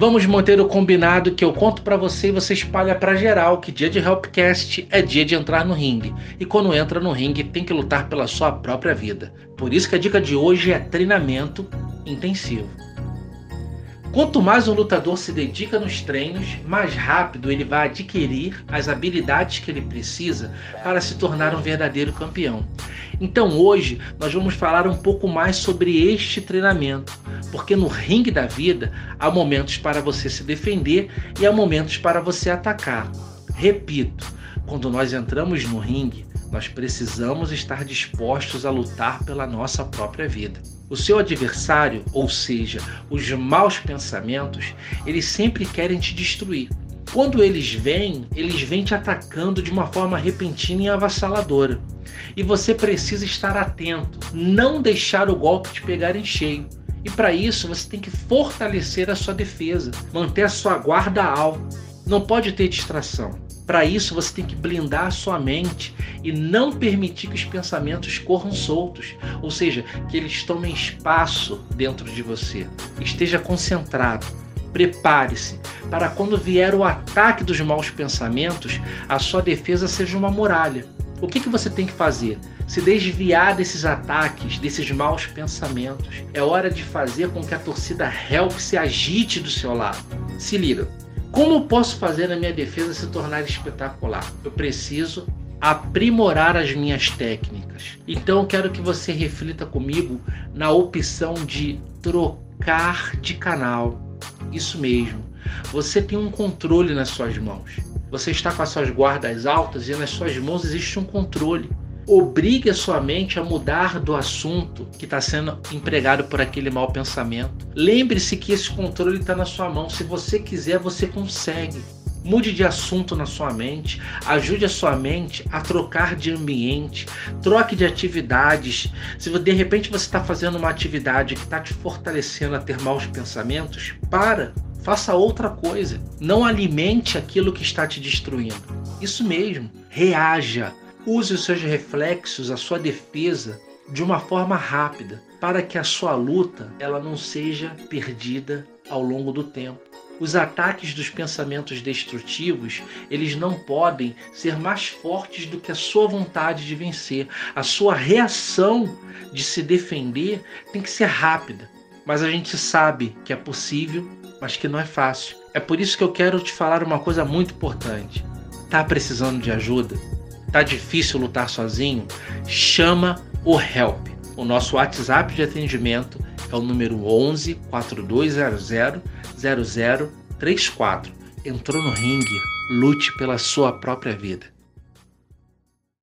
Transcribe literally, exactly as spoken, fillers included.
Vamos manter o combinado que eu conto pra você e você espalha pra geral que dia de Helpcast é dia de entrar no ringue. E quando entra no ringue tem que lutar pela sua própria vida. Por isso que a dica de hoje é treinamento intensivo. Quanto mais um lutador se dedica nos treinos, mais rápido ele vai adquirir as habilidades que ele precisa para se tornar um verdadeiro campeão. Então hoje nós vamos falar um pouco mais sobre este treinamento, porque no ringue da vida há momentos para você se defender e há momentos para você atacar. Repito, quando nós entramos no ringue, nós precisamos estar dispostos a lutar pela nossa própria vida. O seu adversário, ou seja, os maus pensamentos, eles sempre querem te destruir. Quando eles vêm, eles vêm te atacando de uma forma repentina e avassaladora. E você precisa estar atento, não deixar o golpe te pegar em cheio. E para isso você tem que fortalecer a sua defesa, manter a sua guarda alta. Não pode ter distração. Para isso você tem que blindar a sua mente e não permitir que os pensamentos corram soltos, ou seja, que eles tomem espaço dentro de você. Esteja concentrado, prepare-se para quando vier o ataque dos maus pensamentos, a sua defesa seja uma muralha. O que que você tem que fazer? Se desviar desses ataques, desses maus pensamentos. É hora de fazer com que a torcida Help se agite do seu lado. Se liga. Como eu posso fazer a minha defesa se tornar espetacular? Eu preciso aprimorar as minhas técnicas. Então eu quero que você reflita comigo na opção de trocar de canal. Isso mesmo. Você tem um controle nas suas mãos. Você está com as suas guardas altas e nas suas mãos existe um controle. Obrigue a sua mente a mudar do assunto que está sendo empregado por aquele mau pensamento. Lembre-se que esse controle está na sua mão. Se você quiser, você consegue. Mude de assunto na sua mente. Ajude a sua mente a trocar de ambiente. Troque de atividades. Se de repente você está fazendo uma atividade que está te fortalecendo a ter maus pensamentos, para. Faça outra coisa. Não alimente aquilo que está te destruindo. Isso mesmo. Reaja. Use os seus reflexos, a sua defesa, de uma forma rápida, para que a sua luta ela não seja perdida ao longo do tempo. Os ataques dos pensamentos destrutivos, eles não podem ser mais fortes do que a sua vontade de vencer. A sua reação de se defender tem que ser rápida. Mas a gente sabe que é possível, mas que não é fácil. É por isso que eu quero te falar uma coisa muito importante. Tá precisando de ajuda? Tá difícil lutar sozinho? Chama o Help. O nosso WhatsApp de atendimento é o número onze, quatro dois zero zero, zero zero três quatro. Entrou no ringue, lute pela sua própria vida.